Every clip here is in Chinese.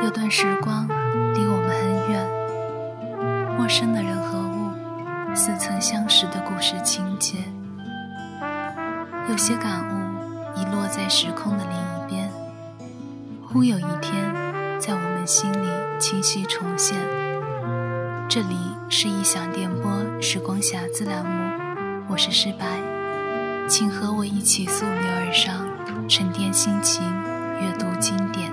有段时光离我们很远，陌生的人和物，似曾相识的故事情节。有些感悟已落在时空的另一边，忽有一天在我们心里清晰重现。这里是异想电波时光匣子栏目，我是诗白，请和我一起溯流而上，沉淀心情，阅读经典。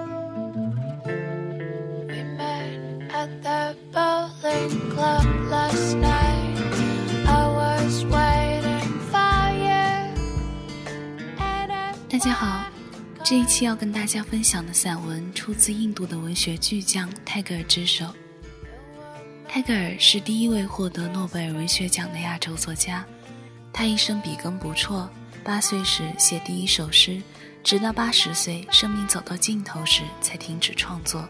大家好，这一期要跟大家分享的散文出自印度的文学巨匠泰戈尔之手。泰戈尔是第一位获得诺贝尔文学奖的亚洲作家，他一生笔耕不辍，8岁时写第一首诗，直到80岁生命走到尽头时才停止创作。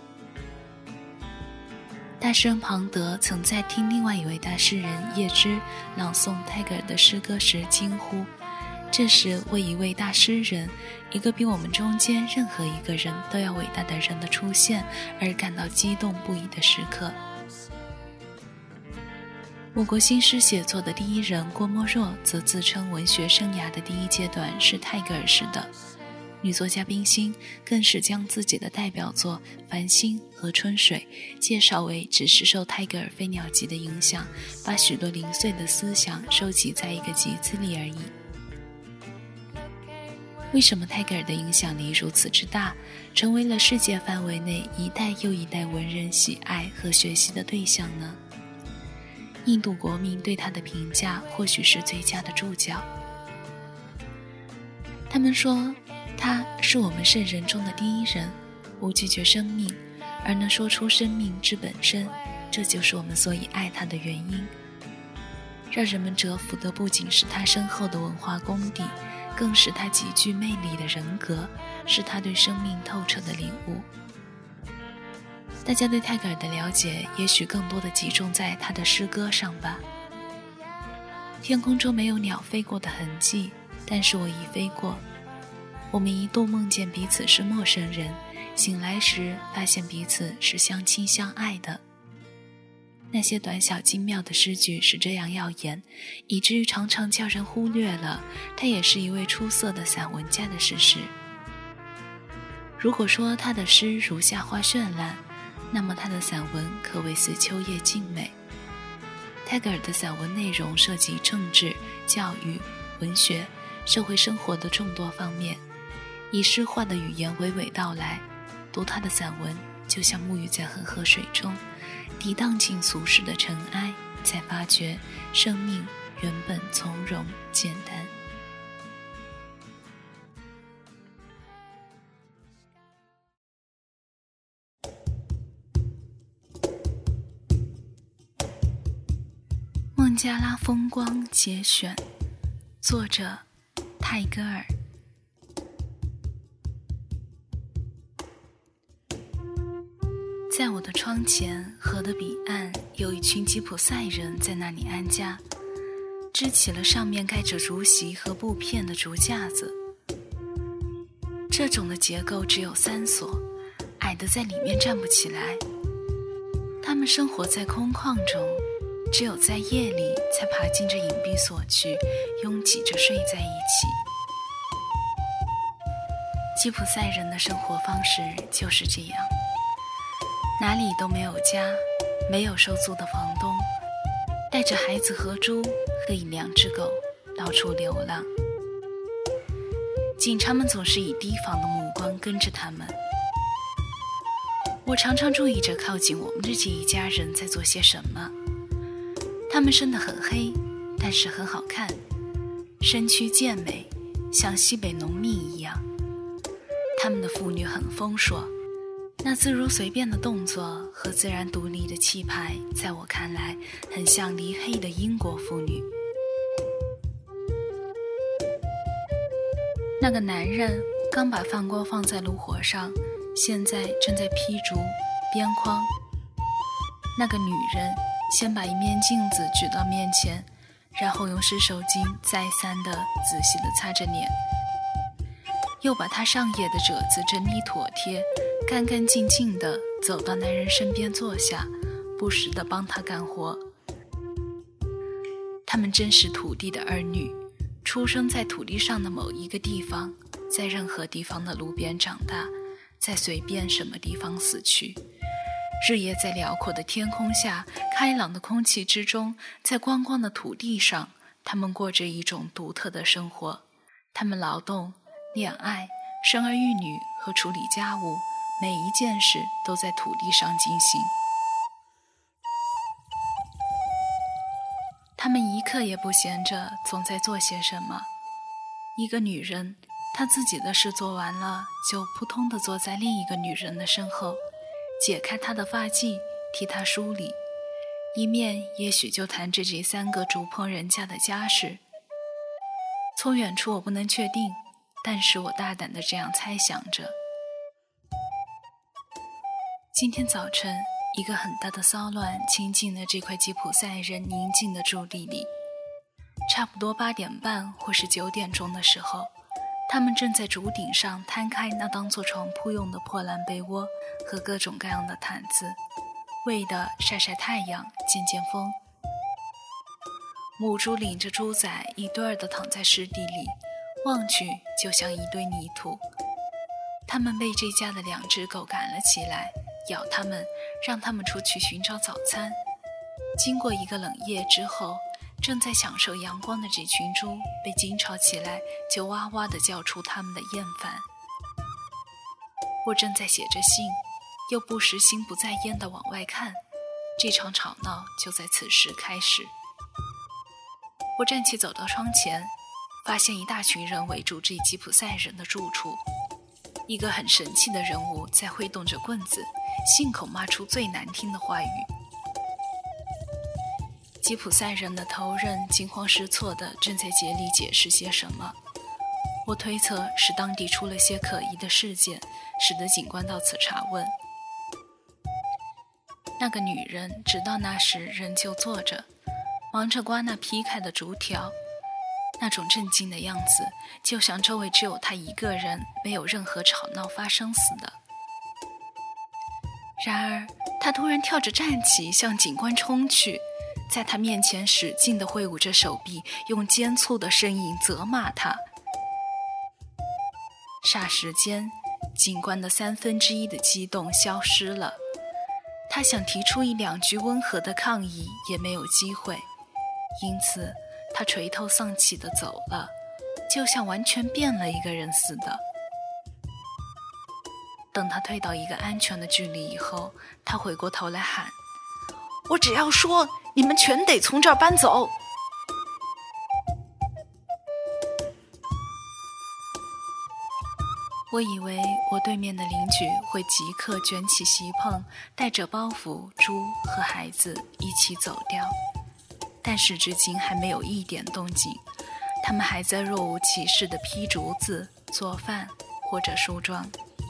大诗人庞德曾在听另外一位大诗人叶芝朗诵泰戈尔的诗歌时惊呼，这是为一位大诗人，一个比我们中间任何一个人都要伟大的人的出现而感到激动不已的时刻。我国新诗写作的第一人郭沫若则自称文学生涯的第一阶段是泰戈尔式的，女作家冰心更是将自己的代表作《繁星》和《春水》介绍为只是受泰戈尔飞鸟集的影响，把许多零碎的思想收集在一个集子里而已。为什么泰戈尔的影响力如此之大，成为了世界范围内一代又一代文人喜爱和学习的对象呢？印度国民对他的评价或许是最佳的注脚。他们说他是我们圣人中的第一人，不拒绝生命，而能说出生命之本身，这就是我们所以爱他的原因。让人们折服的不仅是他深厚的文化功底，更是他极具魅力的人格，是他对生命透彻的领悟。大家对泰戈尔的了解也许更多的集中在他的诗歌上吧。天空中没有鸟飞过的痕迹，但是我已飞过。我们一度梦见彼此是陌生人，醒来时发现彼此是相亲相爱的。那些短小精妙的诗句是这样耀眼，以至于常常叫人忽略了他也是一位出色的散文家的事实。如果说他的诗如夏花绚烂，那么他的散文可谓似秋叶静美。泰戈尔的散文内容涉及政治、教育、文学、社会生活的众多方面，以诗化的语言娓娓道来。读他的散文就像沐浴在恒河水中，涤荡尽俗世的尘埃，才发觉生命原本从容简单。孟加拉风光节选，作者泰戈尔。在我的窗前，河的彼岸，有一群吉普赛人在那里安家，支起了上面盖着竹席和布片的竹架子。这种的结构只有3所，矮的在里面站不起来。他们生活在空旷中，只有在夜里才爬进这隐蔽所去，拥挤着睡在一起。吉普赛人的生活方式就是这样，哪里都没有家，没有收租的房东，带着孩子和猪和1、2只狗到处流浪。警察们总是以提防的目光跟着他们。我常常注意着靠近我们的这一家人在做些什么。他们生得很黑，但是很好看，身躯健美，像西北农民一样。他们的妇女很丰硕，那自如随便的动作和自然独立的气派，在我看来很像离黑的英国妇女。那个男人刚把饭锅放在炉火上，现在正在劈竹边框。那个女人先把一面镜子举到面前，然后用湿手巾再三地仔细地擦着脸。 又把他上夜的褶子整理妥帖，干干净净地走到男人身边坐下，不时地帮他干活。他们真是土地的儿女，出生在土地上的某一个地方，在任何地方的路边长大，在随便什么地方死去。日夜在辽阔的天空下，开朗的空气之中，在光光的土地上，他们过着一种独特的生活。他们劳动、恋爱、生儿育女和处理家务，每一件事都在土地上进行。他们一刻也不闲着，总在做些什么。一个女人，她自己的事做完了，就扑通地坐在另一个女人的身后，解开她的发髻，替她梳理，一面也许就谈着这3个竹棚人家的家事。从远处我不能确定，但是我大胆地这样猜想着。今天早晨，一个很大的骚乱侵进了这块吉普赛人宁静的驻地里。差不多8点半或是9点钟的时候，他们正在竹顶上摊开那当做床铺用的破烂被窝和各种各样的毯子，为的晒晒太阳，见见风。母猪领着猪仔一对儿地躺在湿地里，望去就像一堆泥土。他们被这家的2只狗赶了起来，咬他们，让他们出去寻找早餐。经过一个冷夜之后，正在享受阳光的这群猪被惊吵起来，就哇哇地叫出他们的厌烦。我正在写着信，又不时心不在焉地往外看，这场吵闹就在此时开始。我站起走到窗前，发现一大群人围住这吉普赛人的住处。一个很神气的人物在挥动着棍子，信口骂出最难听的话语。吉普赛人的头人惊慌失措地正在竭力解释些什么。我推测是当地出了些可疑的事件，使得警官到此查问。那个女人直到那时仍旧坐着，忙着刮那劈开的竹条，那种震惊的样子，就像周围只有她一个人，没有任何吵闹发生似的。然而她突然跳着站起，向警官冲去，在他面前使劲地挥舞着手臂，用尖粗的声音责骂他。霎时间，警官的1/3的激动消失了，他想提出1、2句温和的抗议也没有机会，因此他垂头丧气地走了，就像完全变了一个人似的。等他退到一个安全的距离以后，他回过头来喊：我只要说，你们全得从这儿搬走。我以为我对面的邻居会即刻卷起席棚，带着包袱、猪和孩子一起走掉，但是至今还没有一点动静。他们还在若无其事地劈竹子、做饭或者梳妆。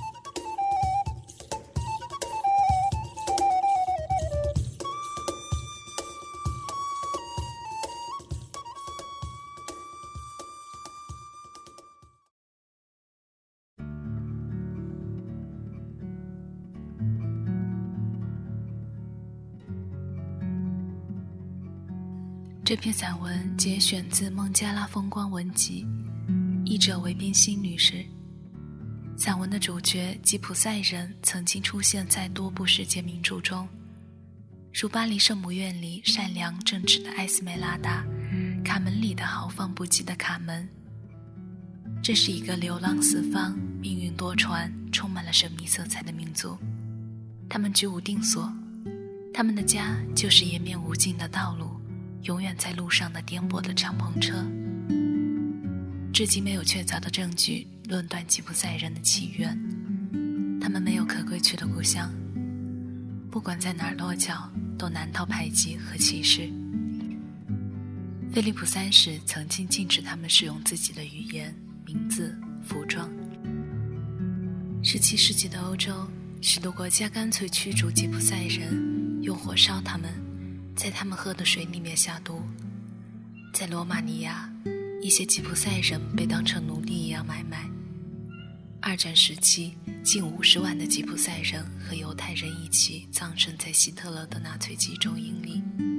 这篇散文节选自孟加拉风光文集，译者为冰心女士。散文的主角吉普赛人曾经出现在多部世界名著中，如巴黎圣母院里善良正直的艾斯梅拉达，卡门里的豪放不羁的卡门。这是一个流浪四方、命运多舛、充满了神秘色彩的民族。他们居无定所，他们的家就是延绵无尽的道路，永远在路上的颠簸的敞篷车。至今没有确凿的证据论断吉普赛人的起源，他们没有可归去的故乡，不管在哪儿落脚，都难逃排挤和歧视。菲利普3世曾经禁止他们使用自己的语言、名字、服装。17世纪的欧洲，许多国家干脆驱逐吉普赛人，用火烧他们，在他们喝的水里面下毒。在罗马尼亚，一些吉普赛人被当成奴隶一样买卖。 二战时期，近50万的吉普赛人和犹太人一起葬身在希特勒的纳粹集中营里。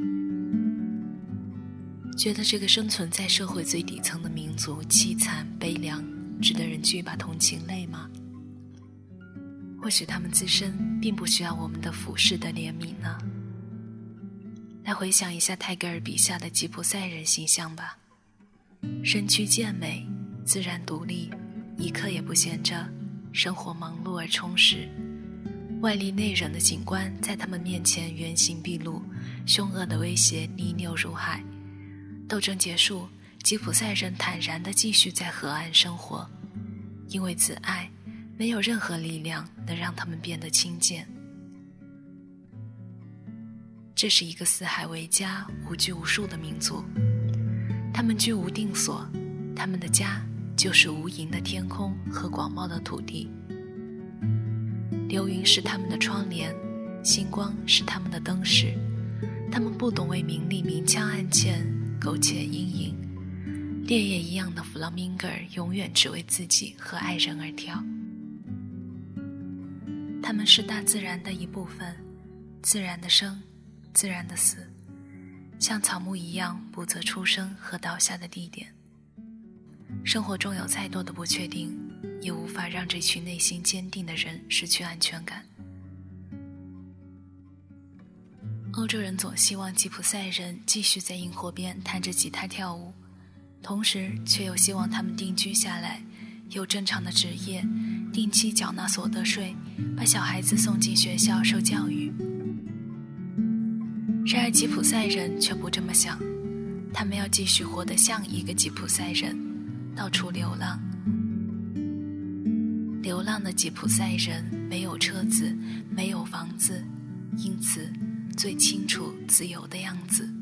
觉得这个生存在社会最底层的民族凄惨悲凉，值得人具把同情泪吗？或许他们自身并不需要我们的俯视的怜悯呢。来回想一下泰戈尔笔下的吉普赛人形象吧，身躯健美，自然独立，一刻也不闲着，生活忙碌而充实。外力内忍的景观在他们面前原形毕露，凶恶的威胁泥牛入海。斗争结束，吉普赛人坦然地继续在河岸生活，因为自爱，没有任何力量能让他们变得轻贱。这是一个四海为家、无拘无束的民族，他们居无定所，他们的家就是无垠的天空和广袤的土地。流云是他们的窗帘，星光是他们的灯饰，他们不懂为名利明枪暗箭，苟且阴影。烈焰一样的弗朗明戈尔永远只为自己和爱人而跳。他们是大自然的一部分，自然的生，自然的死，像草木一样不择出生和倒下的地点。生活中有再多的不确定，也无法让这群内心坚定的人失去安全感。欧洲人总希望吉普赛人继续在萤火边弹着吉他跳舞，同时却又希望他们定居下来，有正常的职业，定期缴纳所得税，把小孩子送进学校受教育。然而吉普赛人却不这么想，他们要继续活得像一个吉普赛人，到处流浪。流浪的吉普赛人没有车子，没有房子，因此最清楚自由的样子。